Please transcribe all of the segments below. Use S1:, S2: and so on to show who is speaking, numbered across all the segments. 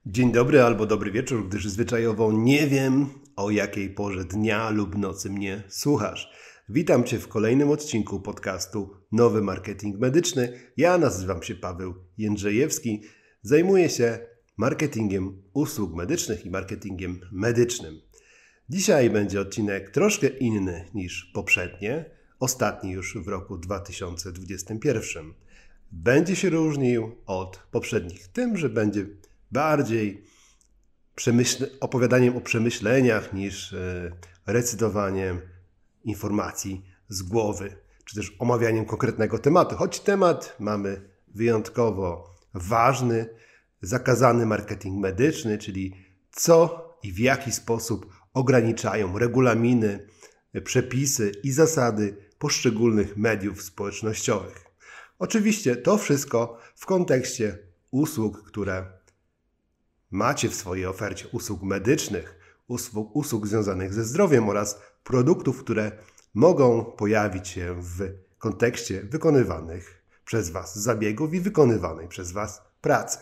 S1: Dzień dobry albo dobry wieczór, gdyż zwyczajowo nie wiem, o jakiej porze dnia lub nocy mnie słuchasz. Witam Cię w kolejnym odcinku podcastu Nowy Marketing Medyczny. Ja nazywam się Paweł Jędrzejewski. Zajmuję się marketingiem usług medycznych i marketingiem medycznym. Dzisiaj będzie odcinek troszkę inny niż poprzednie, ostatni już w roku 2021. Będzie się różnił od poprzednich tym, że będzie bardziej opowiadaniem o przemyśleniach niż recytowaniem informacji z głowy, czy też omawianiem konkretnego tematu. Choć temat mamy wyjątkowo ważny, zakazany marketing medyczny, czyli co i w jaki sposób ograniczają regulaminy, przepisy i zasady poszczególnych mediów społecznościowych. Oczywiście to wszystko w kontekście usług, które macie w swojej ofercie, usług medycznych, usług związanych ze zdrowiem oraz produktów, które mogą pojawić się w kontekście wykonywanych przez Was zabiegów i wykonywanej przez Was pracy.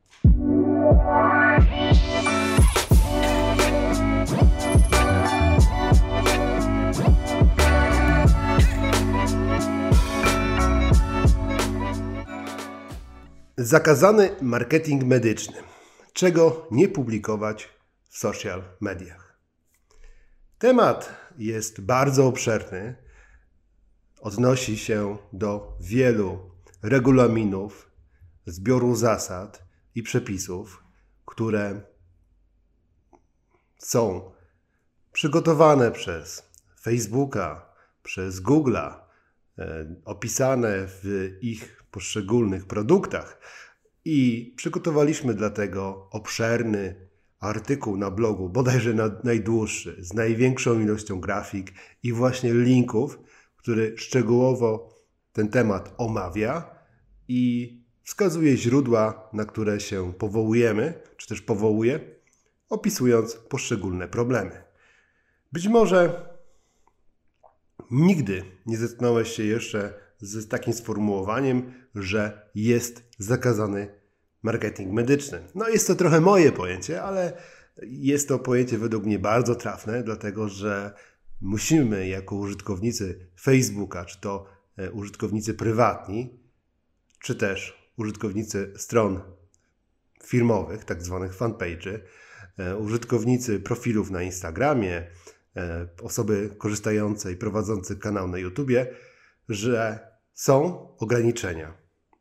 S1: Zakazany marketing medyczny. Czego nie publikować w social mediach? Temat jest bardzo obszerny. Odnosi się do wielu regulaminów, zbioru zasad i przepisów, które są przygotowane przez Facebooka, przez Google'a, opisane w ich poszczególnych produktach. I przygotowaliśmy dlatego obszerny artykuł na blogu, bodajże najdłuższy, z największą ilością grafik i właśnie linków, który szczegółowo ten temat omawia i wskazuje źródła, na które się powołujemy, czy też powołuje, opisując poszczególne problemy. Być może nigdy nie zetknąłeś się jeszcze z takim sformułowaniem, że jest zakazany marketing medyczny. No jest to trochę moje pojęcie, ale jest to pojęcie według mnie bardzo trafne, dlatego że musimy jako użytkownicy Facebooka, czy to użytkownicy prywatni, czy też użytkownicy stron firmowych, tak zwanych fanpage'y, użytkownicy profilów na Instagramie, osoby korzystające i prowadzące kanał na YouTubie, że są ograniczenia,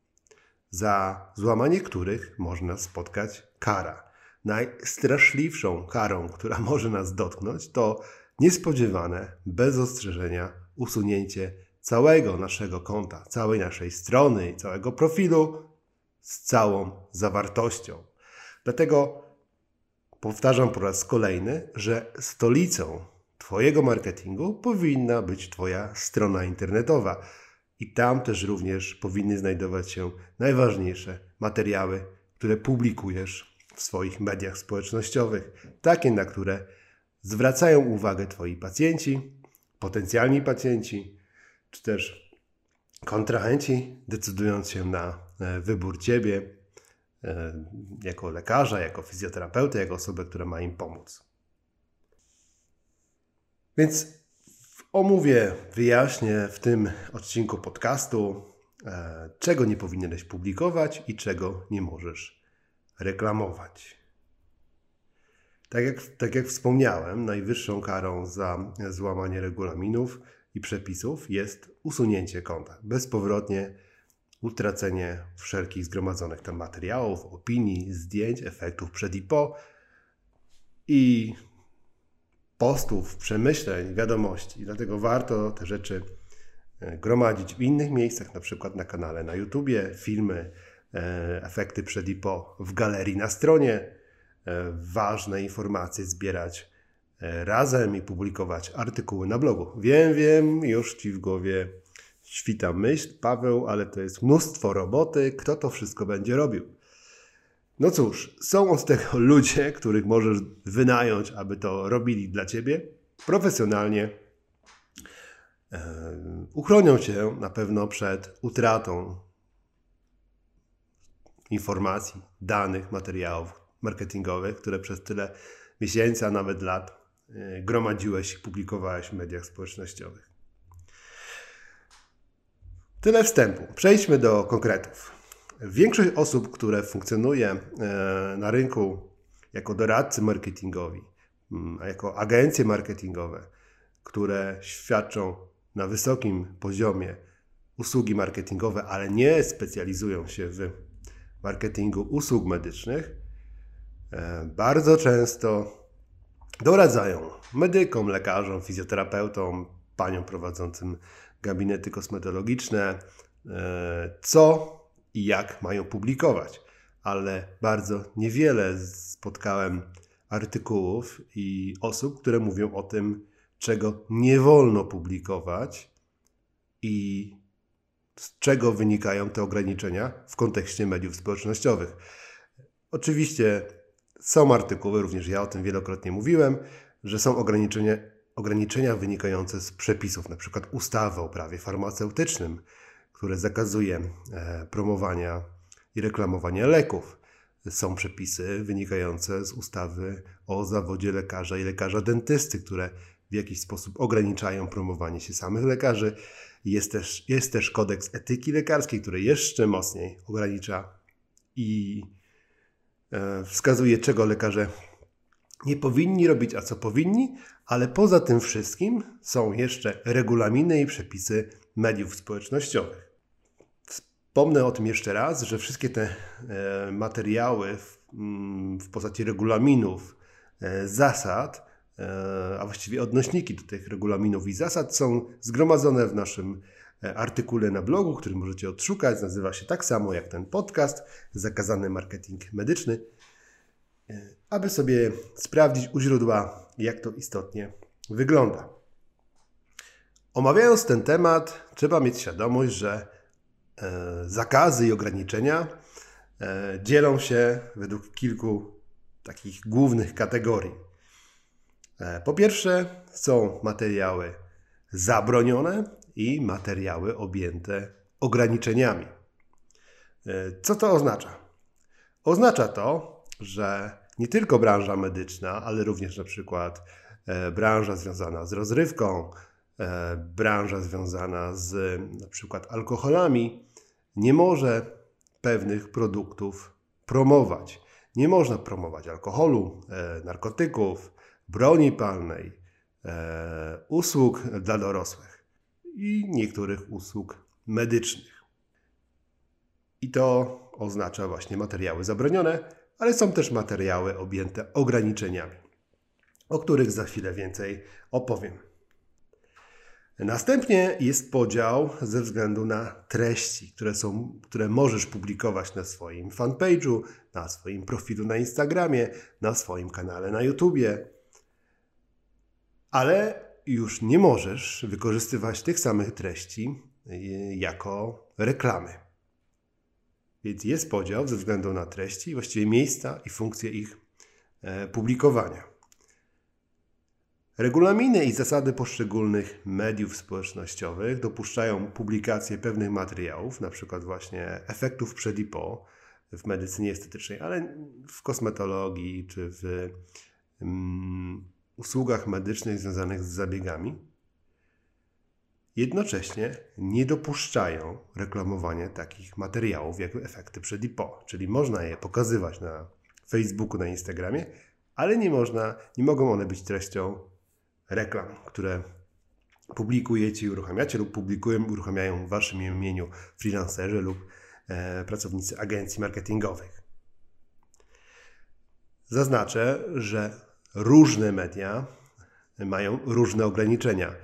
S1: za złamanie których można spotkać kara. Najstraszliwszą karą, która może nas dotknąć, to niespodziewane, bez ostrzeżenia usunięcie całego naszego konta, całej naszej strony i całego profilu z całą zawartością. Dlatego powtarzam po raz kolejny, że stolicą Twojego marketingu powinna być Twoja strona internetowa. I tam też również powinny znajdować się najważniejsze materiały, które publikujesz w swoich mediach społecznościowych. Takie, na które zwracają uwagę Twoi pacjenci, potencjalni pacjenci, czy też kontrahenci, decydując się na wybór Ciebie jako lekarza, jako fizjoterapeuty, jako osobę, która ma im pomóc. Więc omówię, wyjaśnię w tym odcinku podcastu, czego nie powinieneś publikować i czego nie możesz reklamować. Tak jak wspomniałem, najwyższą karą za złamanie regulaminów i przepisów jest usunięcie konta. Bezpowrotnie utracenie wszelkich zgromadzonych tam materiałów, opinii, zdjęć, efektów przed i po i postów, przemyśleń, wiadomości. Dlatego warto te rzeczy gromadzić w innych miejscach, na przykład na kanale na YouTubie, filmy, efekty przed i po w galerii na stronie, ważne informacje zbierać razem i publikować artykuły na blogu. Wiem, już Ci w głowie świta myśl, Paweł, ale to jest mnóstwo roboty, kto to wszystko będzie robił? No cóż, są od tego ludzie, których możesz wynająć, aby to robili dla Ciebie profesjonalnie. Uchronią Cię na pewno przed utratą informacji, danych, materiałów, marketingowych, które przez tyle miesięcy, a nawet lat gromadziłeś i publikowałeś w mediach społecznościowych. Tyle wstępu. Przejdźmy do konkretów. Większość osób, które funkcjonuje na rynku jako doradcy marketingowi, a jako agencje marketingowe, które świadczą na wysokim poziomie usługi marketingowe, ale nie specjalizują się w marketingu usług medycznych, bardzo często doradzają medykom, lekarzom, fizjoterapeutom, paniom prowadzącym gabinety kosmetologiczne, co i jak mają publikować. Ale bardzo niewiele spotkałem artykułów i osób, które mówią o tym, czego nie wolno publikować i z czego wynikają te ograniczenia w kontekście mediów społecznościowych. Oczywiście są artykuły, również ja o tym wielokrotnie mówiłem, że są ograniczenia wynikające z przepisów, na przykład ustawy o prawie farmaceutycznym, które zakazuje promowania i reklamowania leków. Są przepisy wynikające z ustawy o zawodzie lekarza i lekarza dentysty, które w jakiś sposób ograniczają promowanie się samych lekarzy. Jest też kodeks etyki lekarskiej, który jeszcze mocniej ogranicza i wskazuje, czego lekarze nie powinni robić, a co powinni, ale poza tym wszystkim są jeszcze regulaminy i przepisy mediów społecznościowych. Wspomnę o tym jeszcze raz, że wszystkie te materiały w postaci regulaminów, zasad, a właściwie odnośniki do tych regulaminów i zasad są zgromadzone w naszym artykule na blogu, który możecie odszukać. Nazywa się tak samo jak ten podcast, Zakazany marketing medyczny, aby sobie sprawdzić u źródła, jak to istotnie wygląda. Omawiając ten temat, trzeba mieć świadomość, że zakazy i ograniczenia dzielą się według kilku takich głównych kategorii. Po pierwsze są materiały zabronione i materiały objęte ograniczeniami. Co to oznacza? Oznacza to, że nie tylko branża medyczna, ale również na przykład branża związana z rozrywką, branża związana z na przykład alkoholami nie może pewnych produktów promować. Nie można promować alkoholu, narkotyków, broni palnej, usług dla dorosłych i niektórych usług medycznych. I to oznacza właśnie materiały zabronione, ale są też materiały objęte ograniczeniami, o których za chwilę więcej opowiem. Następnie jest podział ze względu na treści, które możesz publikować na swoim fanpage'u, na swoim profilu na Instagramie, na swoim kanale na YouTubie. Ale już nie możesz wykorzystywać tych samych treści jako reklamy. Więc jest podział ze względu na treści, właściwie miejsca i funkcje ich publikowania. Regulaminy i zasady poszczególnych mediów społecznościowych dopuszczają publikację pewnych materiałów, na przykład właśnie efektów przed i po w medycynie estetycznej, ale w kosmetologii czy w usługach medycznych związanych z zabiegami. Jednocześnie nie dopuszczają reklamowania takich materiałów jak efekty przed i po, czyli można je pokazywać na Facebooku, na Instagramie, ale nie mogą one być treścią reklam, które publikujecie i uruchamiacie lub uruchamiają w waszym imieniu freelancerzy lub pracownicy agencji marketingowych. Zaznaczę, że różne media mają różne ograniczenia.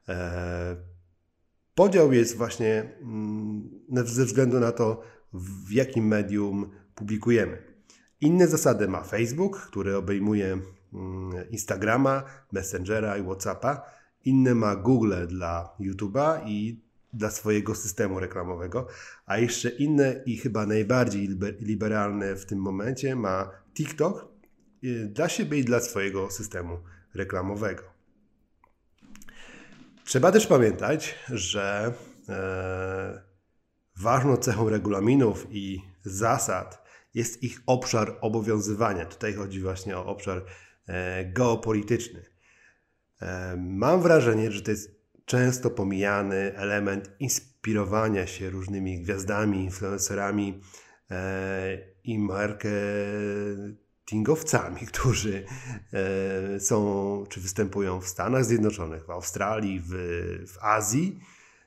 S1: Podział jest właśnie ze względu na to, w jakim medium publikujemy. Inne zasady ma Facebook, który obejmuje Instagrama, Messengera i Whatsappa. Inne ma Google dla YouTube'a i dla swojego systemu reklamowego. A jeszcze inne i chyba najbardziej liberalne w tym momencie ma TikTok dla siebie i dla swojego systemu reklamowego. Trzeba też pamiętać, że ważną cechą regulaminów i zasad jest ich obszar obowiązywania. Tutaj chodzi właśnie o obszar geopolityczny. Mam wrażenie, że to jest często pomijany element inspirowania się różnymi gwiazdami, influencerami i marketingowcami, którzy są czy występują w Stanach Zjednoczonych, w Australii, w Azji.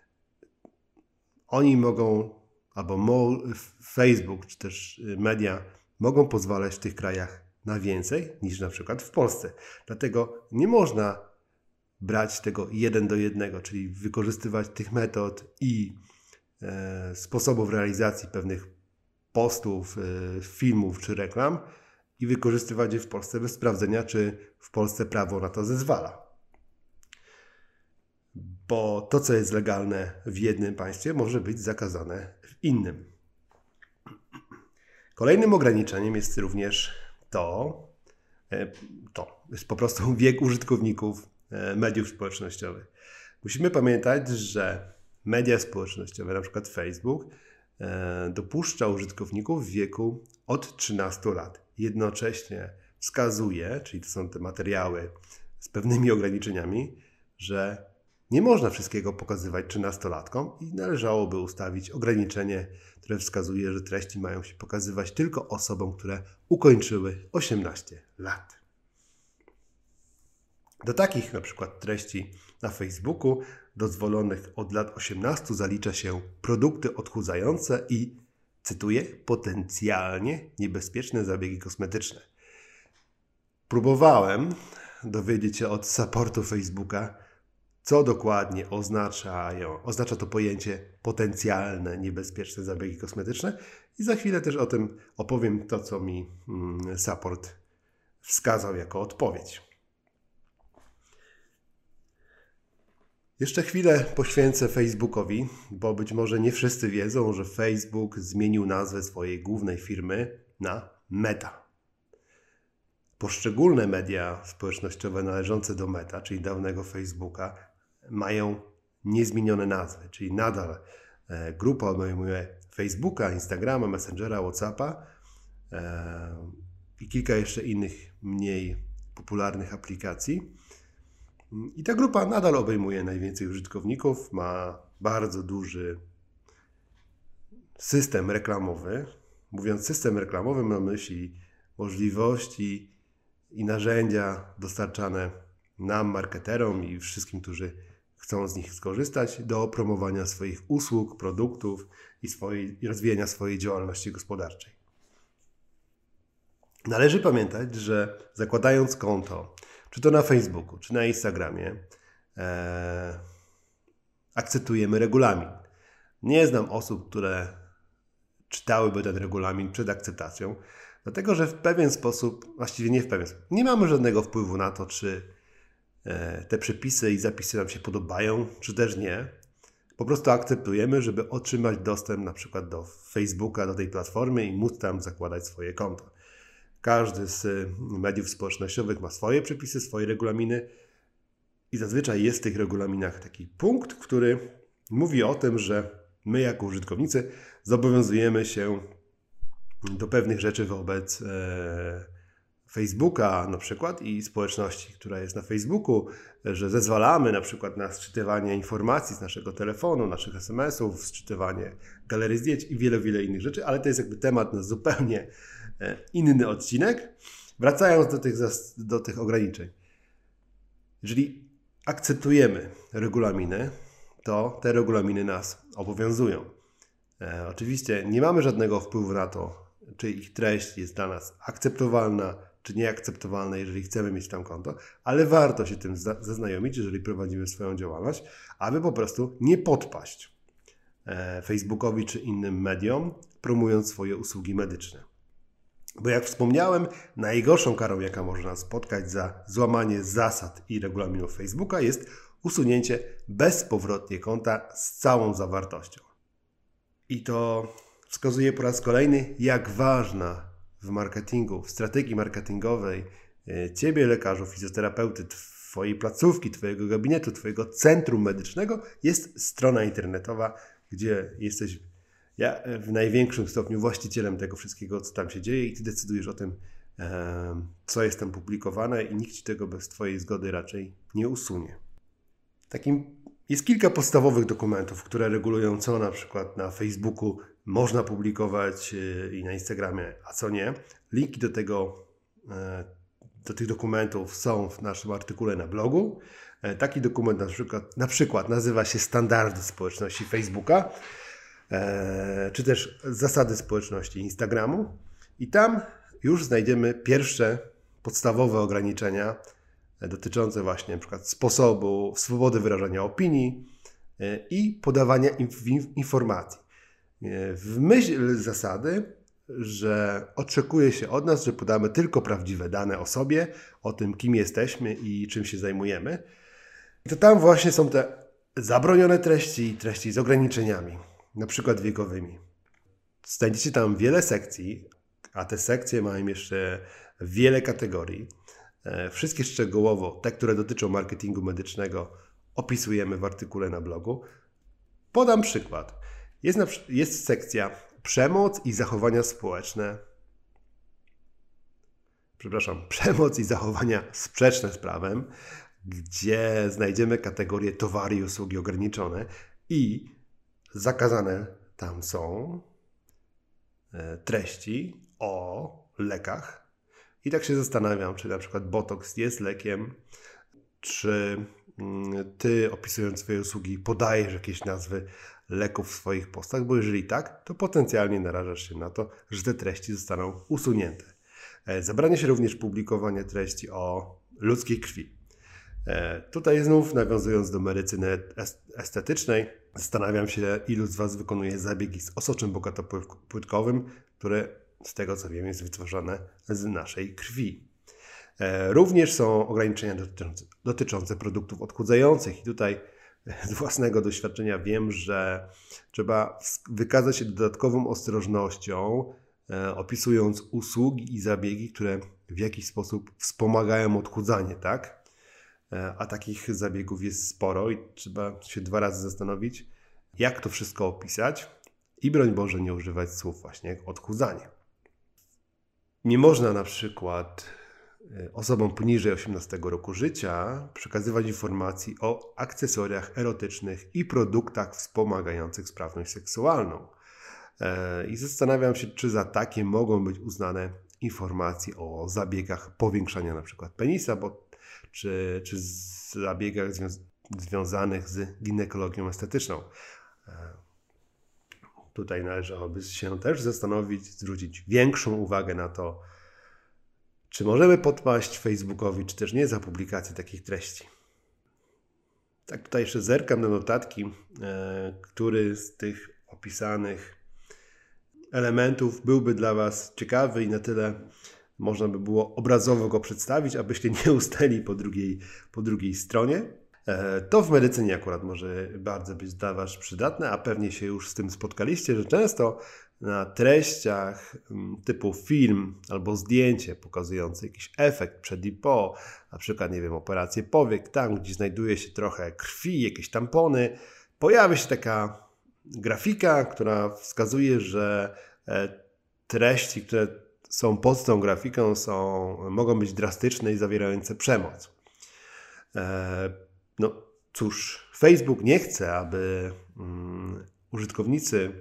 S1: Oni mogą, Facebook czy też media mogą pozwalać w tych krajach na więcej niż na przykład w Polsce. Dlatego nie można brać tego 1:1, czyli wykorzystywać tych metod i sposobów realizacji pewnych postów, filmów czy reklam i wykorzystywać je w Polsce bez sprawdzenia, czy w Polsce prawo na to zezwala. Bo to, co jest legalne w jednym państwie, może być zakazane w innym. Kolejnym ograniczeniem jest również to jest po prostu wiek użytkowników mediów społecznościowych. Musimy pamiętać, że media społecznościowe, na przykład Facebook, dopuszcza użytkowników w wieku od 13 lat. Jednocześnie wskazuje, czyli to są te materiały z pewnymi ograniczeniami, że nie można wszystkiego pokazywać 13-latkom i należałoby ustawić ograniczenie, które wskazuje, że treści mają się pokazywać tylko osobom, które ukończyły 18 lat. Do takich na przykład treści na Facebooku dozwolonych od lat 18 zalicza się produkty odchudzające i, cytuję, potencjalnie niebezpieczne zabiegi kosmetyczne. Próbowałem dowiedzieć się od supportu Facebooka, co dokładnie oznacza to pojęcie potencjalne niebezpieczne zabiegi kosmetyczne i za chwilę też o tym opowiem to, co mi support wskazał jako odpowiedź. Jeszcze chwilę poświęcę Facebookowi, bo być może nie wszyscy wiedzą, że Facebook zmienił nazwę swojej głównej firmy na Meta. Poszczególne media społecznościowe należące do Meta, czyli dawnego Facebooka, mają niezmienione nazwy, czyli nadal grupa obejmuje Facebooka, Instagrama, Messengera, Whatsappa i kilka jeszcze innych mniej popularnych aplikacji. I ta grupa nadal obejmuje najwięcej użytkowników, ma bardzo duży system reklamowy. Mówiąc system reklamowy, mam na myśli możliwości i narzędzia dostarczane nam, marketerom i wszystkim, którzy chcą z nich skorzystać do promowania swoich usług, produktów i rozwijania swojej działalności gospodarczej. Należy pamiętać, że zakładając konto, czy to na Facebooku, czy na Instagramie, akceptujemy regulamin. Nie znam osób, które czytałyby ten regulamin przed akceptacją, dlatego że w pewien sposób, właściwie nie w pewien sposób, nie mamy żadnego wpływu na to, czy te przepisy i zapisy nam się podobają, czy też nie. Po prostu akceptujemy, żeby otrzymać dostęp na przykład do Facebooka, do tej platformy i móc tam zakładać swoje konto. Każdy z mediów społecznościowych ma swoje przepisy, swoje regulaminy i zazwyczaj jest w tych regulaminach taki punkt, który mówi o tym, że my jako użytkownicy zobowiązujemy się do pewnych rzeczy wobec Facebooka na przykład i społeczności, która jest na Facebooku, że zezwalamy na przykład na sczytywanie informacji z naszego telefonu, naszych SMS-ów, sczytywanie galerii zdjęć i wiele, wiele innych rzeczy, ale to jest jakby temat na zupełnie inny odcinek. Wracając do tych ograniczeń. Jeżeli akceptujemy regulaminy, to te regulaminy nas obowiązują. Oczywiście nie mamy żadnego wpływu na to, czy ich treść jest dla nas akceptowalna, czy nieakceptowalna, jeżeli chcemy mieć tam konto, ale warto się tym zaznajomić, jeżeli prowadzimy swoją działalność, aby po prostu nie podpaść Facebookowi czy innym mediom, promując swoje usługi medyczne. Bo jak wspomniałem, najgorszą karą, jaka może nas spotkać za złamanie zasad i regulaminów Facebooka, jest usunięcie bezpowrotnie konta z całą zawartością. I to wskazuje po raz kolejny, jak ważna w marketingu, w strategii marketingowej Ciebie, lekarzu, fizjoterapeuty, Twojej placówki, Twojego gabinetu, Twojego centrum medycznego jest strona internetowa, gdzie jesteś Ja w największym stopniu właścicielem tego wszystkiego, co tam się dzieje i ty decydujesz o tym, co jest tam publikowane i nikt ci tego bez twojej zgody raczej nie usunie. Jest kilka podstawowych dokumentów, które regulują, co na przykład na Facebooku można publikować i na Instagramie, a co nie. Linki do tych dokumentów są w naszym artykule na blogu. Taki dokument na przykład nazywa się Standardy społeczności Facebooka, czy też Zasady społeczności Instagramu. I tam już znajdziemy pierwsze podstawowe ograniczenia dotyczące właśnie na przykład sposobu swobody wyrażania opinii i podawania informacji. W myśl zasady, że oczekuje się od nas, że podamy tylko prawdziwe dane o sobie, o tym, kim jesteśmy i czym się zajmujemy. I to tam właśnie są te zabronione treści i treści z ograniczeniami, na przykład wiekowymi. Znajdziecie tam wiele sekcji, a te sekcje mają jeszcze wiele kategorii. Wszystkie szczegółowo, te, które dotyczą marketingu medycznego, opisujemy w artykule na blogu. Podam przykład. Jest sekcja przemoc i zachowania społeczne. Przemoc i zachowania sprzeczne z prawem, gdzie znajdziemy kategorię towary i usługi ograniczone i zakazane tam są treści o lekach. I tak się zastanawiam, czy na przykład Botox jest lekiem, czy ty, opisując swoje usługi, podajesz jakieś nazwy leków w swoich postach, bo jeżeli tak, to potencjalnie narażasz się na to, że te treści zostaną usunięte. Zabrania się również publikowanie treści o ludzkiej krwi. Tutaj znów nawiązując do medycyny estetycznej, zastanawiam się, ilu z Was wykonuje zabiegi z osoczem bogatopłytkowym, które z tego co wiem jest wytwarzane z naszej krwi. Również są ograniczenia dotyczące produktów odchudzających i tutaj z własnego doświadczenia wiem, że trzeba wykazać się dodatkową ostrożnością, opisując usługi i zabiegi, które w jakiś sposób wspomagają odchudzanie, tak? A takich zabiegów jest sporo i trzeba się 2 razy zastanowić, jak to wszystko opisać i broń Boże nie używać słów właśnie jak odchudzanie. Nie można na przykład osobom poniżej 18 roku życia przekazywać informacji o akcesoriach erotycznych i produktach wspomagających sprawność seksualną. I zastanawiam się, czy za takie mogą być uznane informacje o zabiegach powiększania na przykład penisa, czy zabiegach związanych z ginekologią estetyczną. Tutaj należałoby się też zastanowić, zwrócić większą uwagę na to, czy możemy podpaść Facebookowi, czy też nie za publikację takich treści. Tak, tutaj jeszcze zerkam na notatki, który z tych opisanych elementów byłby dla Was ciekawy i na tyle można by było obrazowo go przedstawić, abyście nie ustali po drugiej stronie. To w medycynie akurat może bardzo być dla Was przydatne, a pewnie się już z tym spotkaliście, że często na treściach typu film albo zdjęcie pokazujące jakiś efekt przed i po, na przykład, nie wiem, operację powiek, tam gdzie znajduje się trochę krwi, jakieś tampony, pojawia się taka grafika, która wskazuje, że treści, które są pod tą grafiką mogą być drastyczne i zawierające przemoc. No cóż, Facebook nie chce, aby użytkownicy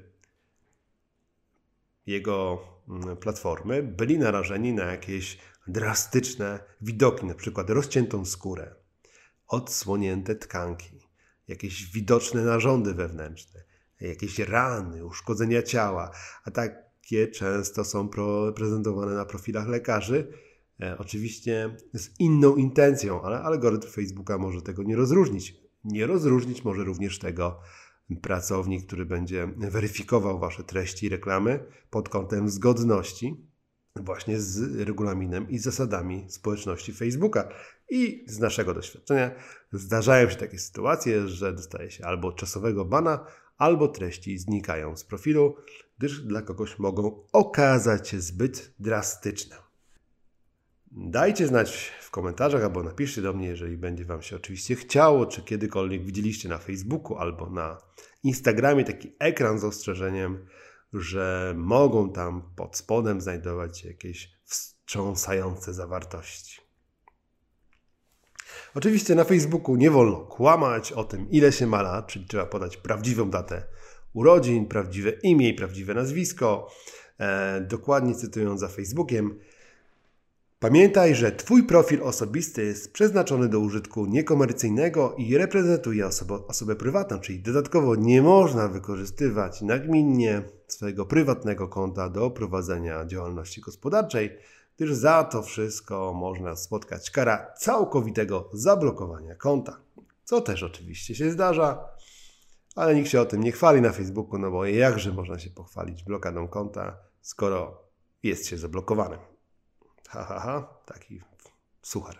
S1: jego platformy byli narażeni na jakieś drastyczne widoki, na przykład rozciętą skórę, odsłonięte tkanki, jakieś widoczne narządy wewnętrzne, jakieś rany, uszkodzenia ciała, a takie często są prezentowane na profilach lekarzy, oczywiście z inną intencją, ale algorytm Facebooka może tego nie rozróżnić. Nie rozróżnić może również tego pracownik, który będzie weryfikował Wasze treści i reklamy pod kątem zgodności właśnie z regulaminem i zasadami społeczności Facebooka. I z naszego doświadczenia zdarzają się takie sytuacje, że dostaje się albo czasowego bana, albo treści znikają z profilu, gdyż dla kogoś mogą okazać się zbyt drastyczne. Dajcie znać w komentarzach albo napiszcie do mnie, jeżeli będzie Wam się oczywiście chciało, czy kiedykolwiek widzieliście na Facebooku albo na Instagramie taki ekran z ostrzeżeniem, że mogą tam pod spodem znajdować się jakieś wstrząsające zawartości. Oczywiście na Facebooku nie wolno kłamać o tym, ile się ma lat, czyli trzeba podać prawdziwą datę urodzin, prawdziwe imię i prawdziwe nazwisko, dokładnie cytując za Facebookiem. Pamiętaj, że Twój profil osobisty jest przeznaczony do użytku niekomercyjnego i reprezentuje osobę prywatną, czyli dodatkowo nie można wykorzystywać nagminnie swojego prywatnego konta do prowadzenia działalności gospodarczej, gdyż za to wszystko można spotkać kara całkowitego zablokowania konta, co też oczywiście się zdarza, ale nikt się o tym nie chwali na Facebooku, no bo jakże można się pochwalić blokadą konta, skoro jest się zablokowanym. Taki suchar.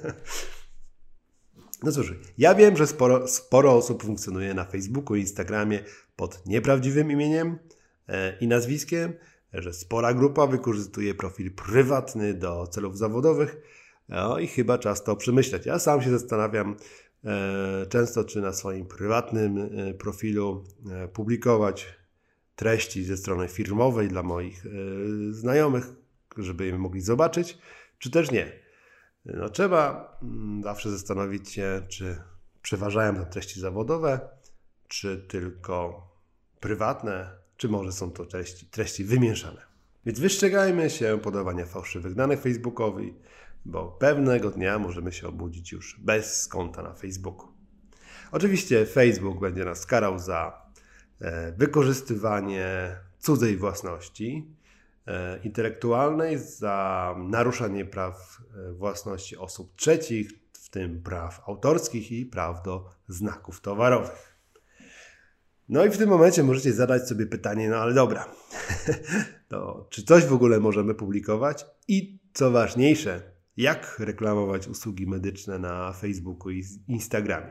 S1: No cóż, ja wiem, że sporo osób funkcjonuje na Facebooku i Instagramie pod nieprawdziwym imieniem i nazwiskiem, że spora grupa wykorzystuje profil prywatny do celów zawodowych, no i chyba czas to przemyśleć. Ja sam się zastanawiam często, czy na swoim prywatnym profilu publikować treści ze strony firmowej dla moich znajomych, żeby je mogli zobaczyć, czy też nie. No, trzeba zawsze zastanowić się, czy przeważają tam treści zawodowe, czy tylko prywatne, czy może są to treści wymieszane. Więc wystrzegajmy się podawania fałszywych danych facebookowych, bo pewnego dnia możemy się obudzić już bez konta na Facebooku. Oczywiście Facebook będzie nas karał za wykorzystywanie cudzej własności intelektualnej, za naruszanie praw własności osób trzecich, w tym praw autorskich i praw do znaków towarowych. No i w tym momencie możecie zadać sobie pytanie, no ale dobra, to czy coś w ogóle możemy publikować? I co ważniejsze, jak reklamować usługi medyczne na Facebooku i Instagramie?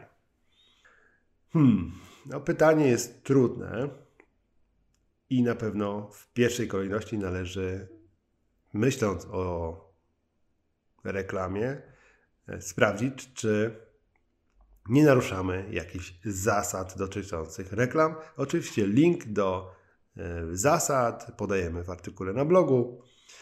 S1: No pytanie jest trudne i na pewno w pierwszej kolejności należy, myśląc o reklamie, sprawdzić, czy nie naruszamy jakichś zasad dotyczących reklam. Oczywiście link do zasad podajemy w artykule na blogu.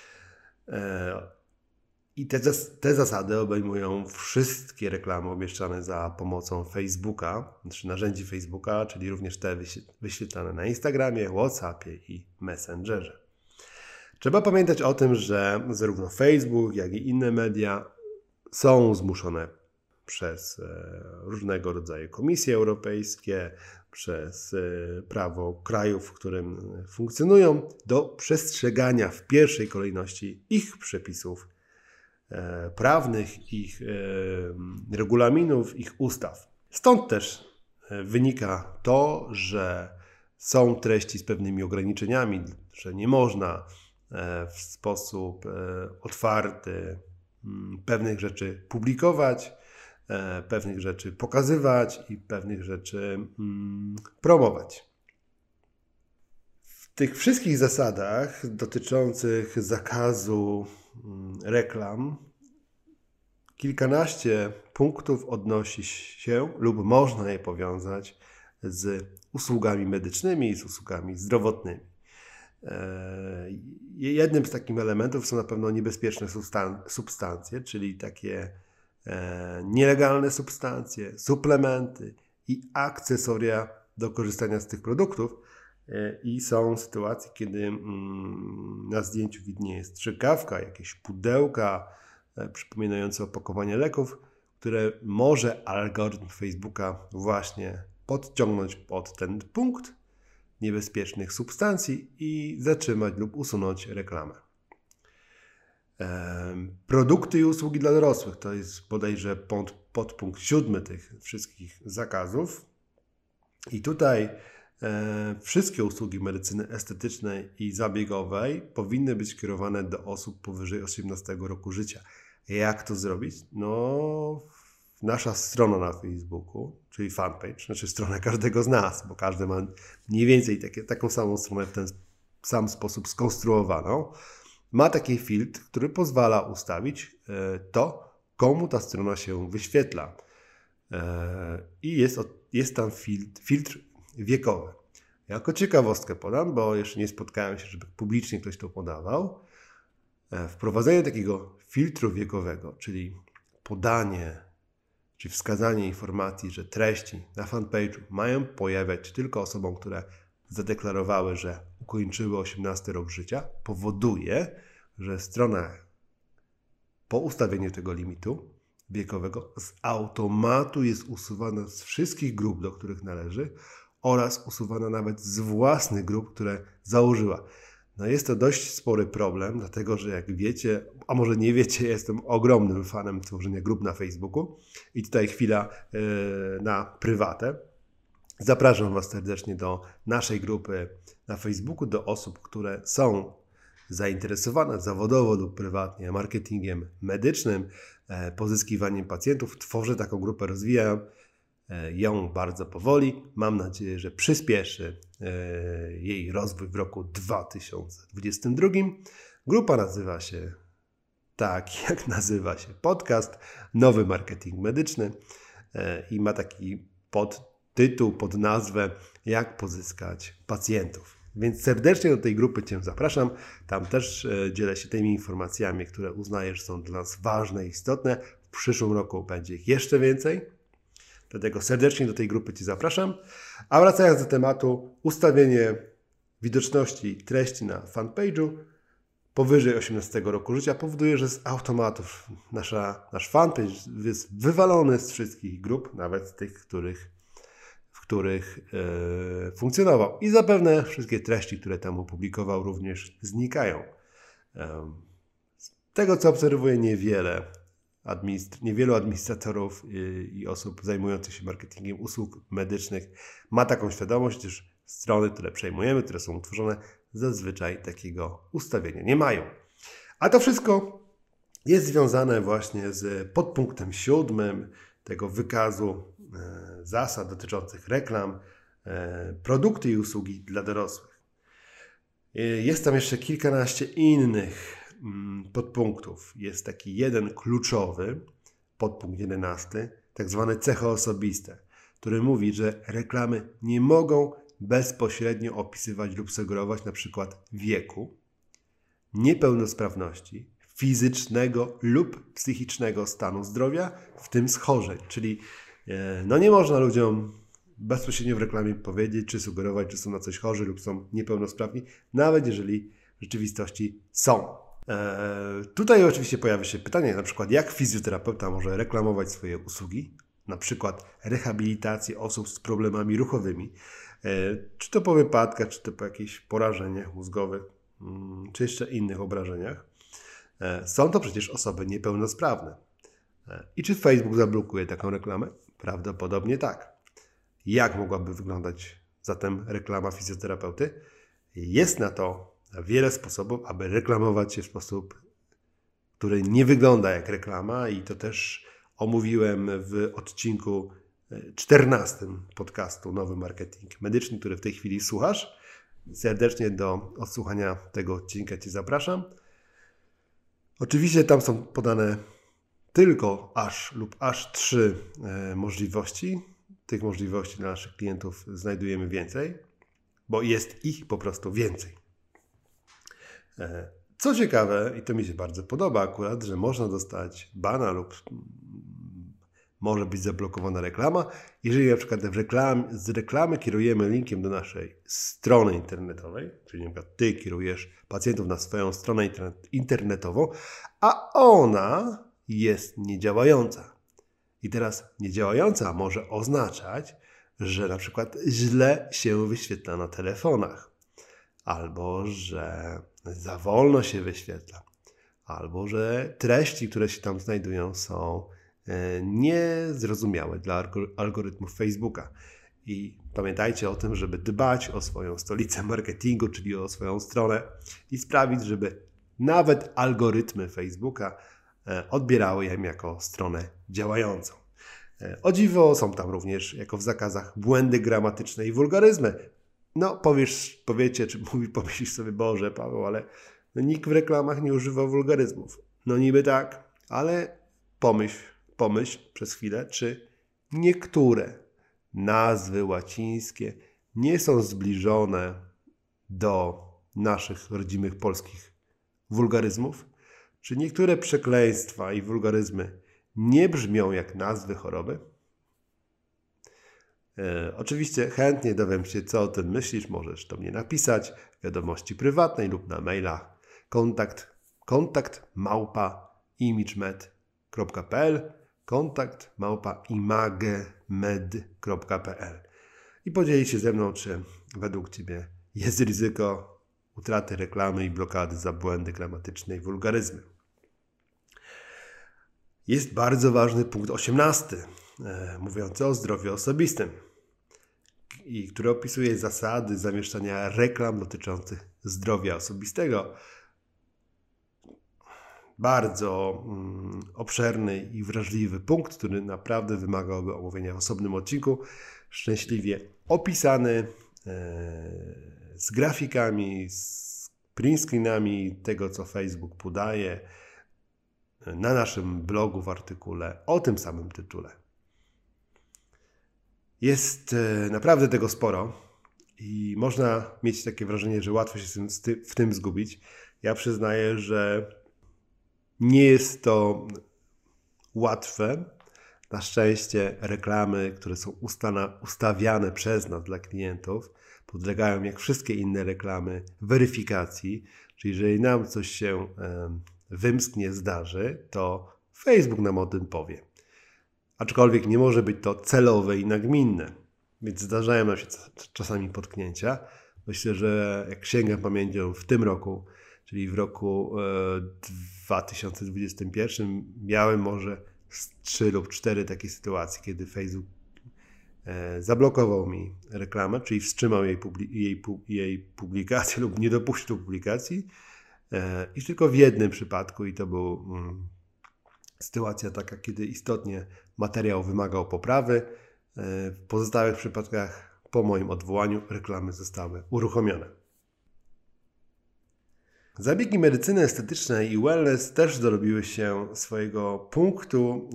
S1: I te zasady obejmują wszystkie reklamy umieszczane za pomocą Facebooka, czy narzędzi Facebooka, czyli również te wyświetlane na Instagramie, WhatsAppie i Messengerze. Trzeba pamiętać o tym, że zarówno Facebook, jak i inne media są zmuszone przez różnego rodzaju komisje europejskie, przez prawo krajów, w którym funkcjonują, do przestrzegania w pierwszej kolejności ich przepisów prawnych, ich regulaminów, ich ustaw. Stąd też wynika to, że są treści z pewnymi ograniczeniami, że nie można w sposób otwarty pewnych rzeczy publikować, pewnych rzeczy pokazywać i pewnych rzeczy promować. W tych wszystkich zasadach dotyczących zakazu reklam kilkanaście punktów odnosi się lub można je powiązać z usługami medycznymi i z usługami zdrowotnymi. Jednym z takich elementów są na pewno niebezpieczne substancje, czyli takie nielegalne substancje, suplementy i akcesoria do korzystania z tych produktów. I są sytuacje, kiedy na zdjęciu widnieje strzykawka, jakieś pudełka przypominające opakowanie leków, które może algorytm Facebooka właśnie podciągnąć pod ten punkt niebezpiecznych substancji i zatrzymać lub usunąć reklamę. Produkty i usługi dla dorosłych to jest bodajże podpunkt 7 tych wszystkich zakazów. I tutaj wszystkie usługi medycyny estetycznej i zabiegowej powinny być kierowane do osób powyżej 18 roku życia. Jak to zrobić? No, nasza strona na Facebooku, czyli fanpage, znaczy strona każdego z nas, bo każdy ma mniej więcej taką samą stronę w ten sam sposób skonstruowaną, ma taki filtr, który pozwala ustawić to, komu ta strona się wyświetla. I jest tam filtr wiekowy. Jako ciekawostkę podam, bo jeszcze nie spotkałem się, żeby publicznie ktoś to podawał. Wprowadzenie takiego filtru wiekowego, czyli podanie, czy wskazanie informacji, że treści na fanpage'u mają pojawiać tylko osobom, które zadeklarowały, że ukończyły 18 rok życia, powoduje, że strona po ustawieniu tego limitu wiekowego z automatu jest usuwana z wszystkich grup, do których należy, oraz usuwana nawet z własnych grup, które założyła. No jest to dość spory problem, dlatego że jak wiecie, a może nie wiecie, jestem ogromnym fanem tworzenia grup na Facebooku i tutaj chwila na prywatę. Zapraszam Was serdecznie do naszej grupy na Facebooku, do osób, które są zainteresowane zawodowo lub prywatnie marketingiem medycznym, pozyskiwaniem pacjentów. Tworzę taką grupę, rozwijam ją bardzo powoli. Mam nadzieję, że przyspieszy jej rozwój w roku 2022. Grupa nazywa się tak, jak nazywa się podcast Nowy Marketing Medyczny i ma taki podtytuł, podnazwę Jak pozyskać pacjentów. Więc serdecznie do tej grupy Cię zapraszam. Tam też dzielę się tymi informacjami, które uznaję, że są dla nas ważne i istotne. W przyszłym roku będzie ich jeszcze więcej. Dlatego serdecznie do tej grupy Cię zapraszam. A wracając do tematu, ustawienie widoczności treści na fanpage'u powyżej 18 roku życia powoduje, że z automatów nasz fanpage jest wywalony z wszystkich grup, nawet z tych, w których funkcjonował. I zapewne wszystkie treści, które tam opublikował, również znikają. Z tego, co obserwuję, niewielu administratorów i osób zajmujących się marketingiem usług medycznych ma taką świadomość, gdyż strony, które przejmujemy, które są utworzone, zazwyczaj takiego ustawienia nie mają. A to wszystko jest związane właśnie z podpunktem 7 tego wykazu zasad dotyczących reklam, produkty i usługi dla dorosłych. Jest tam jeszcze kilkanaście innych podpunktów. Jest taki jeden kluczowy, podpunkt 11, tak zwane cechy osobiste, który mówi, że reklamy nie mogą bezpośrednio opisywać lub sugerować na przykład wieku, niepełnosprawności, fizycznego lub psychicznego stanu zdrowia, w tym schorzeń. Czyli nie można ludziom bezpośrednio w reklamie powiedzieć, czy sugerować, czy są na coś chorzy lub są niepełnosprawni, nawet jeżeli w rzeczywistości są. Tutaj oczywiście pojawia się pytanie, na przykład jak fizjoterapeuta może reklamować swoje usługi, na przykład rehabilitację osób z problemami ruchowymi, czy to po wypadkach, czy to po jakichś porażeniach mózgowych, czy jeszcze innych obrażeniach. Są to przecież osoby niepełnosprawne. I czy Facebook zablokuje taką reklamę? Prawdopodobnie tak. Jak mogłaby wyglądać zatem reklama fizjoterapeuty? Jest na to wiele sposobów, aby reklamować się w sposób, który nie wygląda jak reklama i to też omówiłem w odcinku 14 podcastu Nowy Marketing Medyczny, który w tej chwili słuchasz. Serdecznie do odsłuchania tego odcinka Cię zapraszam. Oczywiście tam są podane tylko aż 3 możliwości. Tych możliwości dla naszych klientów znajdujemy więcej, bo jest ich po prostu więcej. Co ciekawe, i to mi się bardzo podoba akurat, że można dostać bana lub może być zablokowana reklama, jeżeli na przykład z reklamy kierujemy linkiem do naszej strony internetowej, czyli na przykład Ty kierujesz pacjentów na swoją stronę internetową, a ona jest niedziałająca. I teraz niedziałająca może oznaczać, że na przykład źle się wyświetla na telefonach, albo że za wolno się wyświetla, albo że treści, które się tam znajdują, są niezrozumiałe dla algorytmów Facebooka. I pamiętajcie o tym, żeby dbać o swoją stolicę marketingu, czyli o swoją stronę i sprawić, żeby nawet algorytmy Facebooka odbierały ją jako stronę działającą. O dziwo są tam również, jako w zakazach, błędy gramatyczne i wulgaryzmy. Powiecie, czy pomyślisz sobie, Boże, Paweł, ale nikt w reklamach nie używa wulgaryzmów. No niby tak, ale pomyśl przez chwilę, czy niektóre nazwy łacińskie nie są zbliżone do naszych rodzimych polskich wulgaryzmów? Czy niektóre przekleństwa i wulgaryzmy nie brzmią jak nazwy choroby? Oczywiście chętnie dowiem się, co o tym myślisz. Możesz do mnie napisać w wiadomości prywatnej lub na mailach kontakt@imagemed.pl kontakt@imagemed.pl i podzielić się ze mną, czy według Ciebie jest ryzyko utraty reklamy i blokady za błędy gramatyczne i wulgaryzmy. Jest bardzo ważny punkt 18, mówiący o zdrowiu osobistym, i który opisuje zasady zamieszczania reklam dotyczących zdrowia osobistego. Bardzo obszerny i wrażliwy punkt, który naprawdę wymagałby omówienia w osobnym odcinku, szczęśliwie opisany z grafikami, z print screenami tego, co Facebook podaje na naszym blogu w artykule o tym samym tytule. Jest naprawdę tego sporo i można mieć takie wrażenie, że łatwo się w tym zgubić. Ja przyznaję, że nie jest to łatwe. Na szczęście reklamy, które są ustawiane przez nas dla klientów, podlegają jak wszystkie inne reklamy weryfikacji. Czyli jeżeli nam coś się wymsknie zdarzy, to Facebook nam o tym powie. Aczkolwiek nie może być to celowe i nagminne, więc zdarzają nam się czasami potknięcia. Myślę, że jak sięgam pamięcią w tym roku, czyli w roku 2021, miałem może 3 lub 4 takie sytuacje, kiedy Facebook zablokował mi reklamę, czyli wstrzymał jej publikację lub nie dopuścił publikacji. I tylko w jednym przypadku, i to był sytuacja taka, kiedy istotnie materiał wymagał poprawy. W pozostałych przypadkach po moim odwołaniu reklamy zostały uruchomione. Zabiegi medycyny estetycznej i wellness też dorobiły się swojego punktu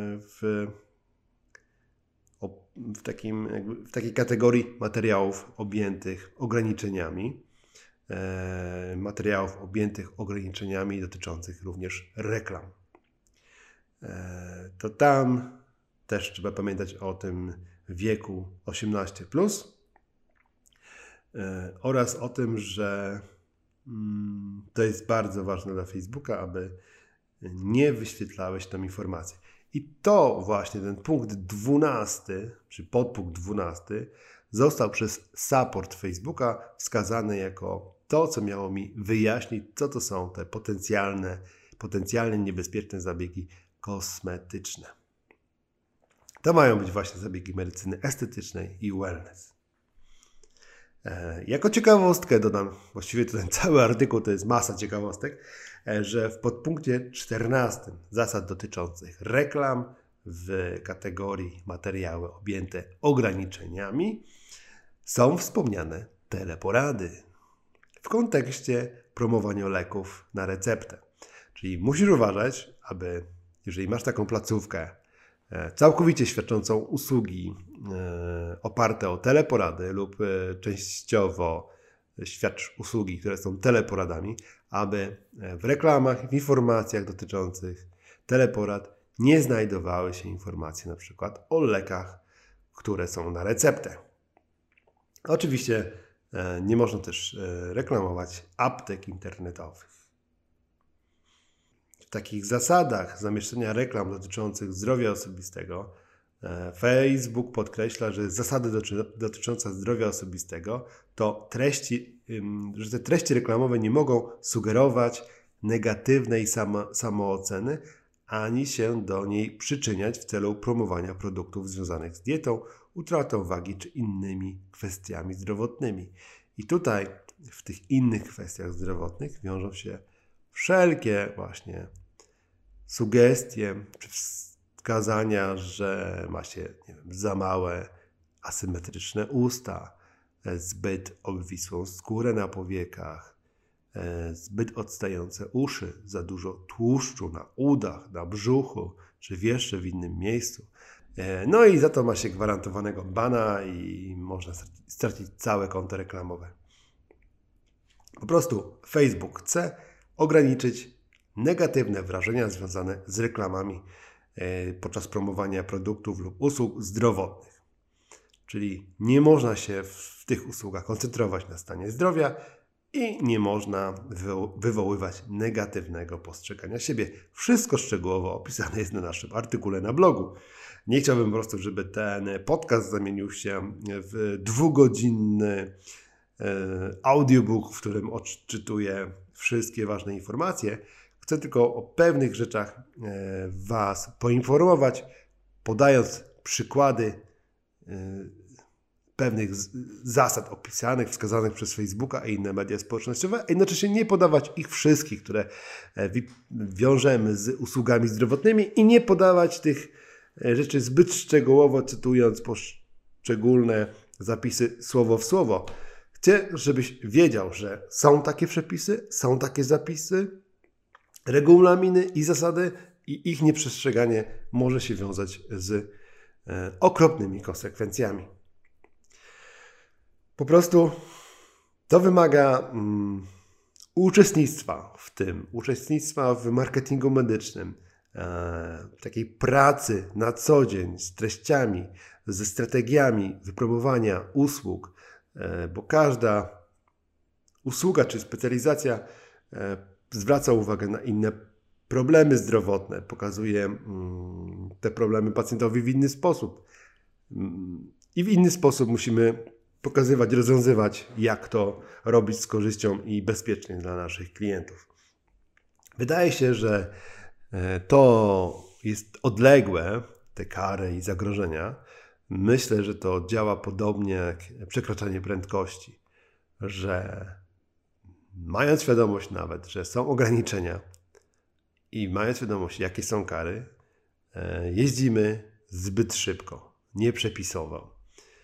S1: w takiej kategorii materiałów objętych ograniczeniami dotyczących również reklam. To tam też trzeba pamiętać o tym wieku 18+, oraz o tym, że to jest bardzo ważne dla Facebooka, aby nie wyświetlały się tam informacje. I to właśnie ten punkt 12, czy podpunkt 12 został przez support Facebooka wskazany jako to, co miało mi wyjaśnić, co to są te potencjalnie niebezpieczne zabiegi kosmetyczne. To mają być właśnie zabiegi medycyny estetycznej i wellness. Jako ciekawostkę dodam, właściwie ten cały artykuł to jest masa ciekawostek, że w podpunkcie 14 zasad dotyczących reklam w kategorii materiały objęte ograniczeniami są wspomniane teleporady w kontekście promowania leków na receptę. Czyli musisz uważać, aby jeżeli masz taką placówkę całkowicie świadczącą usługi oparte o teleporady lub częściowo świadczysz usługi, które są teleporadami, aby w reklamach, w informacjach dotyczących teleporad nie znajdowały się informacje na przykład o lekach, które są na receptę. Oczywiście nie można też reklamować aptek internetowych. W takich zasadach zamieszczenia reklam dotyczących zdrowia osobistego Facebook podkreśla, że zasady dotyczące zdrowia osobistego to że te treści reklamowe nie mogą sugerować negatywnej samooceny, ani się do niej przyczyniać w celu promowania produktów związanych z dietą, utratą wagi czy innymi kwestiami zdrowotnymi. I tutaj w tych innych kwestiach zdrowotnych wiążą się wszelkie właśnie sugestie czy wskazania, że ma się za małe asymetryczne usta, zbyt obwisłą skórę na powiekach, zbyt odstające uszy, za dużo tłuszczu na udach, na brzuchu czy jeszcze w innym miejscu. No i za to ma się gwarantowanego bana i można stracić całe konto reklamowe. Po prostu Facebook chce ograniczyć negatywne wrażenia związane z reklamami podczas promowania produktów lub usług zdrowotnych. Czyli nie można się w tych usługach koncentrować na stanie zdrowia i nie można wywoływać negatywnego postrzegania siebie. Wszystko szczegółowo opisane jest na naszym artykule na blogu. Nie chciałbym po prostu, żeby ten podcast zamienił się w 2-godzinny audiobook, w którym odczytuję wszystkie ważne informacje. Chcę tylko o pewnych rzeczach Was poinformować, podając przykłady pewnych zasad opisanych, wskazanych przez Facebooka i inne media społecznościowe, a jednocześnie nie podawać ich wszystkich, które wiążemy z usługami zdrowotnymi i nie podawać tych rzeczy zbyt szczegółowo, cytując poszczególne zapisy słowo w słowo. Chcę, żebyś wiedział, że są takie przepisy, są takie zapisy, regulaminy i zasady i ich nieprzestrzeganie może się wiązać z okropnymi konsekwencjami. Po prostu to wymaga uczestnictwa w tym, uczestnictwa w marketingu medycznym, takiej pracy na co dzień z treściami, ze strategiami wypromowania usług, bo każda usługa czy specjalizacja zwraca uwagę na inne problemy zdrowotne, pokazuje te problemy pacjentowi w inny sposób i w inny sposób musimy pokazywać, rozwiązywać, jak to robić z korzyścią i bezpiecznie dla naszych klientów. Wydaje się, że to jest odległe, te kary i zagrożenia. Myślę, że to działa podobnie jak przekraczanie prędkości, że mając świadomość nawet, że są ograniczenia i mając świadomość, jakie są kary, jeździmy zbyt szybko, nieprzepisowo.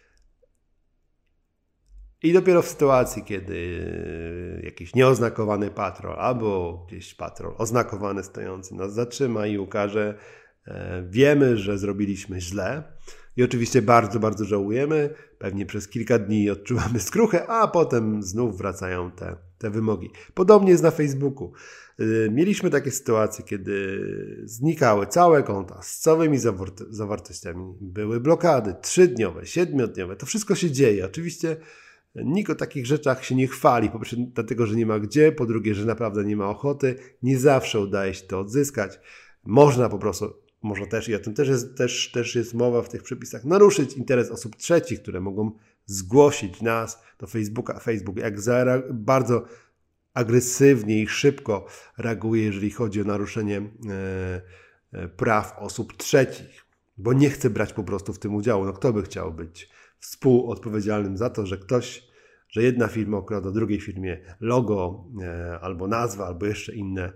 S1: I dopiero w sytuacji, kiedy jakiś nieoznakowany patrol albo gdzieś patrol oznakowany stojący nas zatrzyma i ukaże, wiemy, że zrobiliśmy źle i oczywiście bardzo, bardzo żałujemy. Pewnie przez kilka dni odczuwamy skruchę, a potem znów wracają te wymogi. Podobnie jest na Facebooku. Mieliśmy takie sytuacje, kiedy znikały całe konta z całymi zawartościami. Były blokady 3-dniowe, 7-dniowe. To wszystko się dzieje. Oczywiście nikt o takich rzeczach się nie chwali. Po pierwsze dlatego, że nie ma gdzie. Po drugie, że naprawdę nie ma ochoty. Nie zawsze udaje się to odzyskać. Można po prostu, można też, i o tym też jest mowa w tych przepisach, naruszyć interes osób trzecich, które mogą zgłosić nas do Facebooka. Facebook jak bardzo agresywnie i szybko reaguje, jeżeli chodzi o naruszenie praw osób trzecich, bo nie chce brać po prostu w tym udziału. No kto by chciał być współodpowiedzialnym za to, że jedna firma okrada drugiej firmie logo, albo nazwa, albo jeszcze inne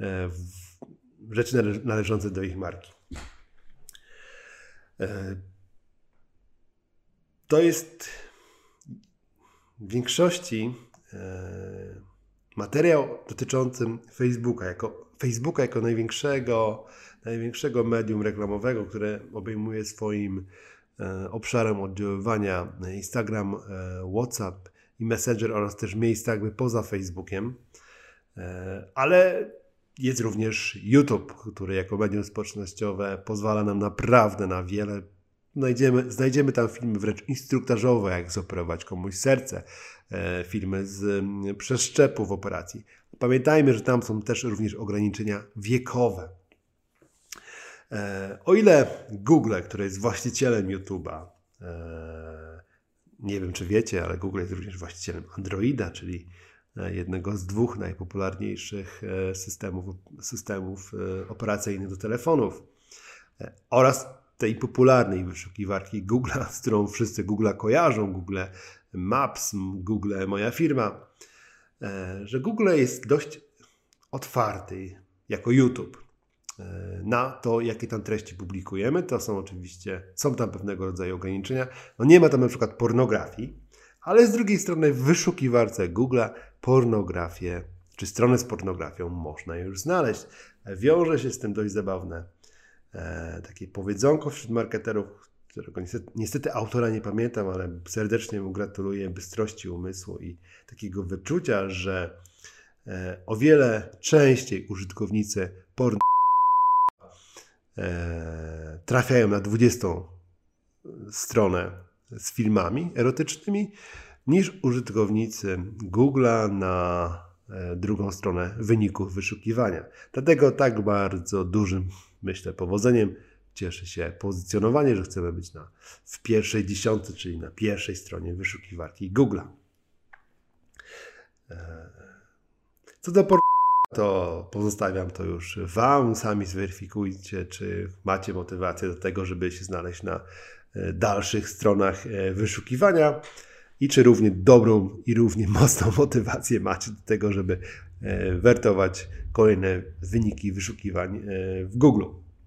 S1: rzeczy należące do ich marki. To jest w większości materiał dotyczący Facebooka jako największego medium reklamowego, które obejmuje swoim obszarem oddziaływania Instagram, WhatsApp i Messenger oraz też miejsca jakby poza Facebookiem, ale jest również YouTube, który jako medium społecznościowe pozwala nam naprawdę na wiele. Znajdziemy tam filmy wręcz instruktażowe, jak zoperować komuś serce, filmy z przeszczepu w operacji. Pamiętajmy, że tam są też również ograniczenia wiekowe. O ile Google, który jest właścicielem YouTube'a, nie wiem czy wiecie, ale Google jest również właścicielem Androida, czyli jednego z 2 najpopularniejszych systemów operacyjnych do telefonów oraz tej popularnej wyszukiwarki Google, z którą wszyscy Google'a kojarzą, Google Maps, Google Moja Firma, że Google jest dość otwarty jako YouTube na to, jakie tam treści publikujemy. To są tam pewnego rodzaju ograniczenia. No nie ma tam na przykład pornografii, ale z drugiej strony w wyszukiwarce Google'a pornografię czy strony z pornografią można już znaleźć. Wiąże się z tym dość zabawne takie powiedzonko wśród marketerów, którego niestety autora nie pamiętam, ale serdecznie mu gratuluję bystrości umysłu i takiego wyczucia, że o wiele częściej użytkownicy porno trafiają na 20 stronę z filmami erotycznymi niż użytkownicy Google'a na drugą stronę wyników wyszukiwania. Dlatego tak bardzo dużym, myślę, powodzeniem cieszy się pozycjonowanie, że chcemy być w pierwszej dziesiątce, czyli na pierwszej stronie wyszukiwarki Google'a. Co do to pozostawiam to już Wam. Sami zweryfikujcie, czy macie motywację do tego, żeby się znaleźć na dalszych stronach wyszukiwania i czy równie dobrą i równie mocną motywację macie do tego, żeby wertować kolejne wyniki wyszukiwań w Google.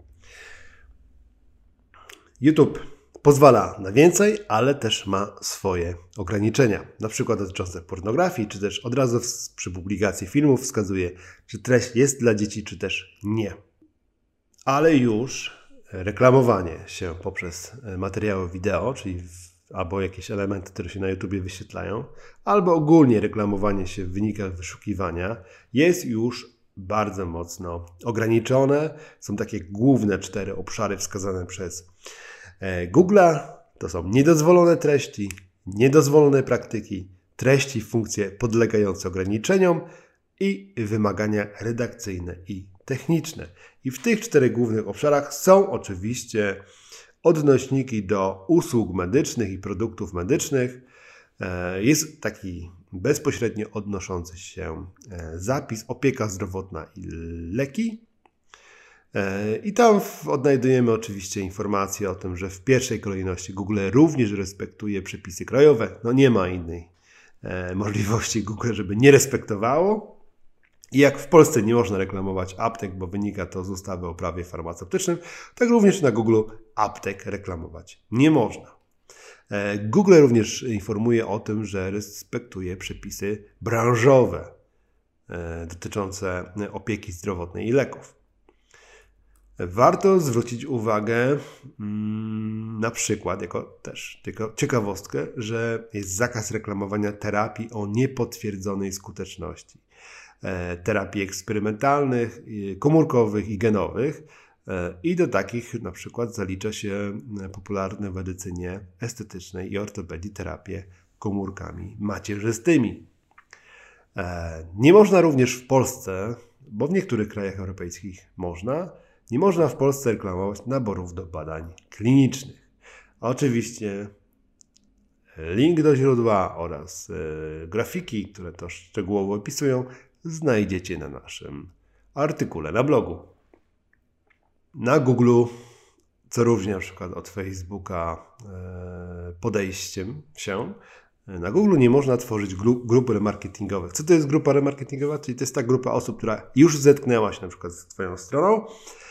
S1: YouTube pozwala na więcej, ale też ma swoje ograniczenia. Na przykład dotyczące pornografii, czy też od razu przy publikacji filmów wskazuje, czy treść jest dla dzieci, czy też nie. Ale już reklamowanie się poprzez materiały wideo, czyli albo jakieś elementy, które się na YouTubie wyświetlają, albo ogólnie reklamowanie się w wynikach wyszukiwania jest już bardzo mocno ograniczone. Są takie główne 4 obszary wskazane przez Google'a. To są niedozwolone treści, niedozwolone praktyki, treści, funkcje podlegające ograniczeniom i wymagania redakcyjne i techniczne. I w tych 4 głównych obszarach są oczywiście odnośniki do usług medycznych i produktów medycznych. Jest taki bezpośrednio odnoszący się zapis opieka zdrowotna i leki. I tam odnajdujemy oczywiście informacje o tym, że w pierwszej kolejności Google również respektuje przepisy krajowe. No nie ma innej możliwości Google, żeby nie respektowało. I jak w Polsce nie można reklamować aptek, bo wynika to z ustawy o prawie farmaceutycznym, tak również na Google aptek reklamować nie można. Google również informuje o tym, że respektuje przepisy branżowe dotyczące opieki zdrowotnej i leków. Warto zwrócić uwagę na przykład, jako też tylko ciekawostkę, że jest zakaz reklamowania terapii o niepotwierdzonej skuteczności. Terapii eksperymentalnych, komórkowych i genowych i do takich na przykład zalicza się popularne w medycynie estetycznej i ortopedii terapię komórkami macierzystymi. Nie można również w Polsce, bo w niektórych krajach europejskich nie można w Polsce reklamować naborów do badań klinicznych. Oczywiście link do źródła oraz grafiki, które to szczegółowo opisują, znajdziecie na naszym artykule na blogu. Na Google, co różni na przykład od Facebooka podejściem się, na Google nie można tworzyć grup remarketingowych. Co to jest grupa remarketingowa? Czyli to jest ta grupa osób, która już zetknęła się na przykład z Twoją stroną,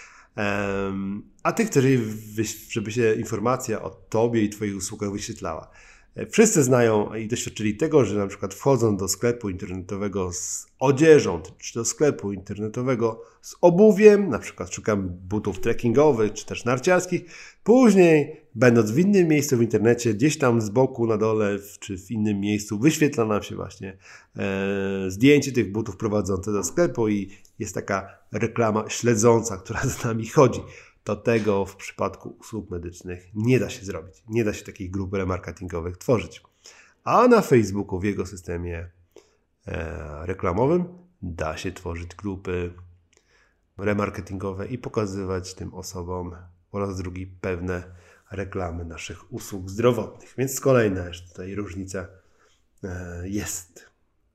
S1: a Ty chcesz, żeby się informacja o Tobie i Twoich usługach wyświetlała. Wszyscy znają i doświadczyli tego, że na przykład wchodzą do sklepu internetowego z odzieżą, czy do sklepu internetowego z obuwiem, na przykład szukam butów trekkingowych, czy też narciarskich. Później, będąc w innym miejscu w internecie, gdzieś tam z boku, na dole, czy w innym miejscu, wyświetla nam się właśnie zdjęcie tych butów prowadzące do sklepu i jest taka reklama śledząca, która z nami chodzi. To tego w przypadku usług medycznych nie da się zrobić. Nie da się takich grup remarketingowych tworzyć. A na Facebooku w jego systemie reklamowym da się tworzyć grupy remarketingowe i pokazywać tym osobom po raz drugi pewne reklamy naszych usług zdrowotnych. Więc kolejna tutaj różnica jest.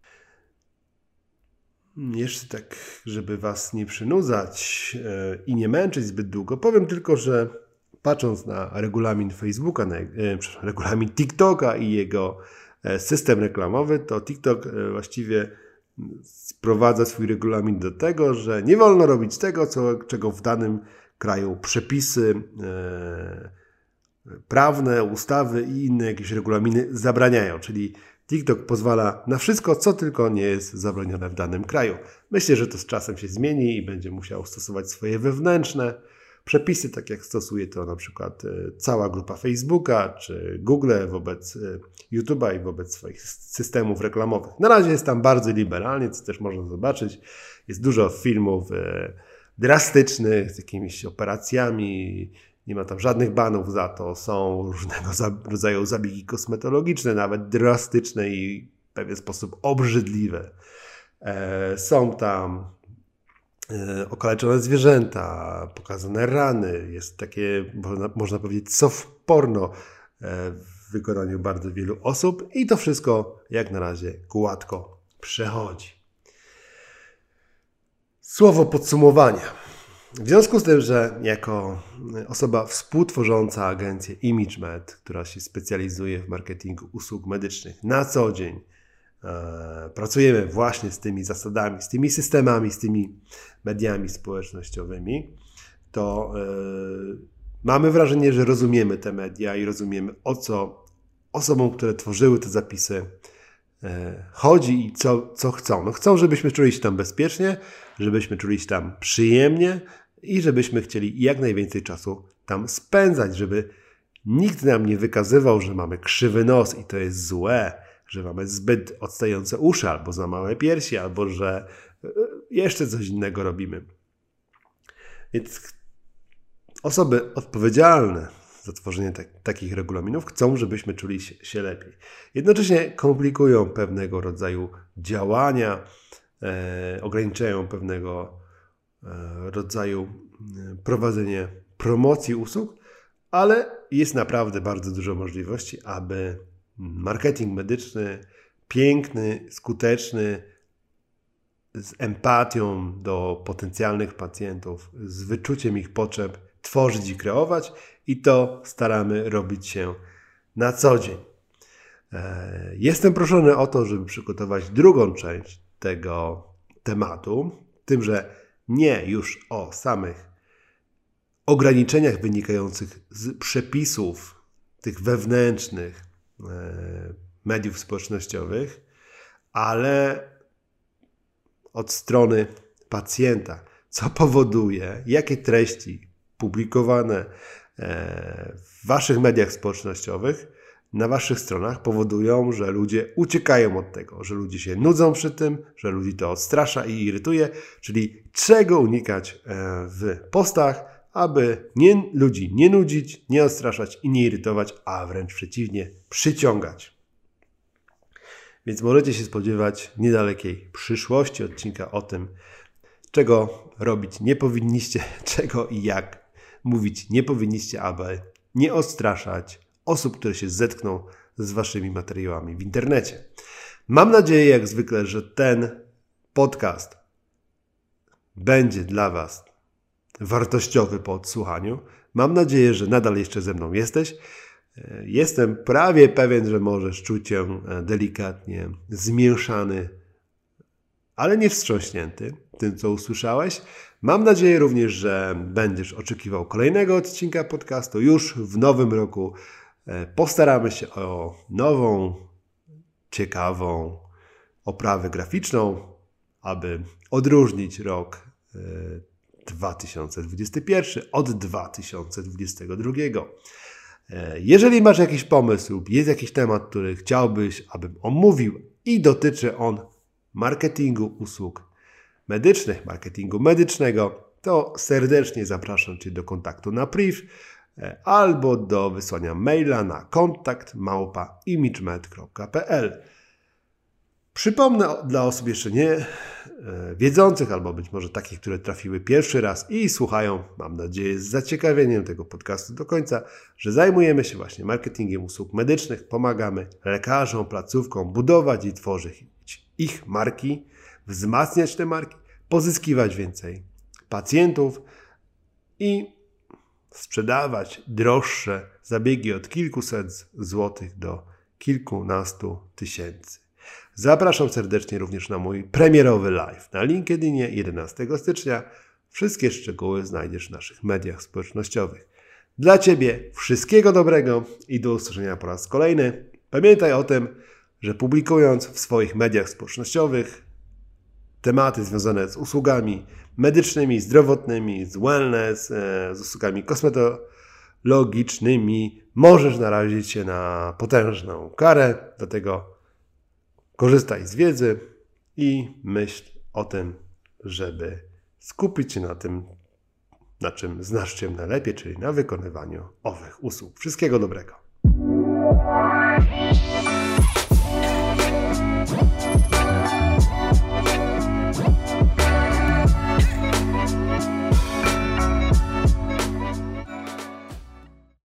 S1: Jeszcze tak, żeby Was nie przynudzać i nie męczyć zbyt długo, powiem tylko, że patrząc na regulamin Facebooka, regulamin TikToka i jego system reklamowy, to TikTok właściwie sprowadza swój regulamin do tego, że nie wolno robić tego, czego w danym kraju przepisy prawne, ustawy i inne jakieś regulaminy zabraniają, czyli TikTok pozwala na wszystko, co tylko nie jest zabronione w danym kraju. Myślę, że to z czasem się zmieni i będzie musiał stosować swoje wewnętrzne przepisy, tak jak stosuje to na przykład cała grupa Facebooka czy Google wobec YouTube'a i wobec swoich systemów reklamowych. Na razie jest tam bardzo liberalnie, co też można zobaczyć. Jest dużo filmów drastycznych z jakimiś operacjami, nie ma tam żadnych banów za to, są różnego rodzaju zabiegi kosmetologiczne, nawet drastyczne i w pewien sposób obrzydliwe. Są tam okaleczone zwierzęta, pokazane rany, jest takie, można powiedzieć, soft porno w wykonaniu bardzo wielu osób i to wszystko jak na razie gładko przechodzi. Słowo podsumowania. W związku z tym, że jako osoba współtworząca agencję ImageMed, która się specjalizuje w marketingu usług medycznych, na co dzień pracujemy właśnie z tymi zasadami, z tymi systemami, z tymi mediami społecznościowymi, to mamy wrażenie, że rozumiemy te media i rozumiemy, o co osobom, które tworzyły te zapisy, chodzi i co chcą. No chcą, żebyśmy czuli się tam bezpiecznie, żebyśmy czuli się tam przyjemnie i żebyśmy chcieli jak najwięcej czasu tam spędzać, żeby nikt nam nie wykazywał, że mamy krzywy nos i to jest złe, że mamy zbyt odstające uszy, albo za małe piersi, albo że jeszcze coś innego robimy. Więc osoby odpowiedzialne za tworzenie takich regulaminów chcą, żebyśmy czuli się lepiej. Jednocześnie komplikują pewnego rodzaju działania, ograniczają pewnego rodzaju prowadzenie promocji usług, ale jest naprawdę bardzo dużo możliwości, aby marketing medyczny, piękny, skuteczny, z empatią do potencjalnych pacjentów, z wyczuciem ich potrzeb tworzyć i kreować i to staramy robić się na co dzień. Jestem proszony o to, żeby przygotować drugą część tego tematu, tym, że nie już o samych ograniczeniach wynikających z przepisów tych wewnętrznych mediów społecznościowych, ale od strony pacjenta, co powoduje, jakie treści publikowane w waszych mediach społecznościowych, na waszych stronach powodują, że ludzie uciekają od tego, że ludzie się nudzą przy tym, że ludzi to odstrasza i irytuje, czyli czego unikać w postach, aby ludzi nie nudzić, nie odstraszać i nie irytować, a wręcz przeciwnie, przyciągać. Więc możecie się spodziewać w niedalekiej przyszłości odcinka o tym, czego robić nie powinniście, czego i jak mówić nie powinniście, aby nie odstraszać osób, które się zetkną z waszymi materiałami w internecie. Mam nadzieję, jak zwykle, że ten podcast będzie dla was wartościowy po odsłuchaniu. Mam nadzieję, że nadal jeszcze ze mną jesteś. Jestem prawie pewien, że możesz czuć się delikatnie zmieszany, ale nie wstrząśnięty tym, co usłyszałeś. Mam nadzieję również, że będziesz oczekiwał kolejnego odcinka podcastu. Już w nowym roku postaramy się o nową, ciekawą oprawę graficzną, aby odróżnić rok 2021 od 2022. Jeżeli masz jakiś pomysł, jest jakiś temat, który chciałbyś, abym omówił i dotyczy on marketingu usług medycznych, marketingu medycznego, to serdecznie zapraszam Cię do kontaktu na priv albo do wysłania maila na kontakt@imagemed.pl. Przypomnę dla osób jeszcze nie wiedzących, albo być może takich, które trafiły pierwszy raz i słuchają, mam nadzieję, z zaciekawieniem tego podcastu do końca, że zajmujemy się właśnie marketingiem usług medycznych, pomagamy lekarzom, placówkom budować i tworzyć ich marki, wzmacniać te marki, pozyskiwać więcej pacjentów i sprzedawać droższe zabiegi od kilkuset złotych do kilkunastu tysięcy. Zapraszam serdecznie również na mój premierowy live na LinkedInie 11 stycznia. Wszystkie szczegóły znajdziesz w naszych mediach społecznościowych. Dla Ciebie wszystkiego dobrego i do usłyszenia po raz kolejny. Pamiętaj o tym, że publikując w swoich mediach społecznościowych tematy związane z usługami medycznymi, zdrowotnymi, z wellness, z usługami kosmetologicznymi, możesz narazić się na potężną karę. Dlatego korzystaj z wiedzy i myśl o tym, żeby skupić się na tym, na czym znasz się najlepiej, czyli na wykonywaniu owych usług. Wszystkiego dobrego.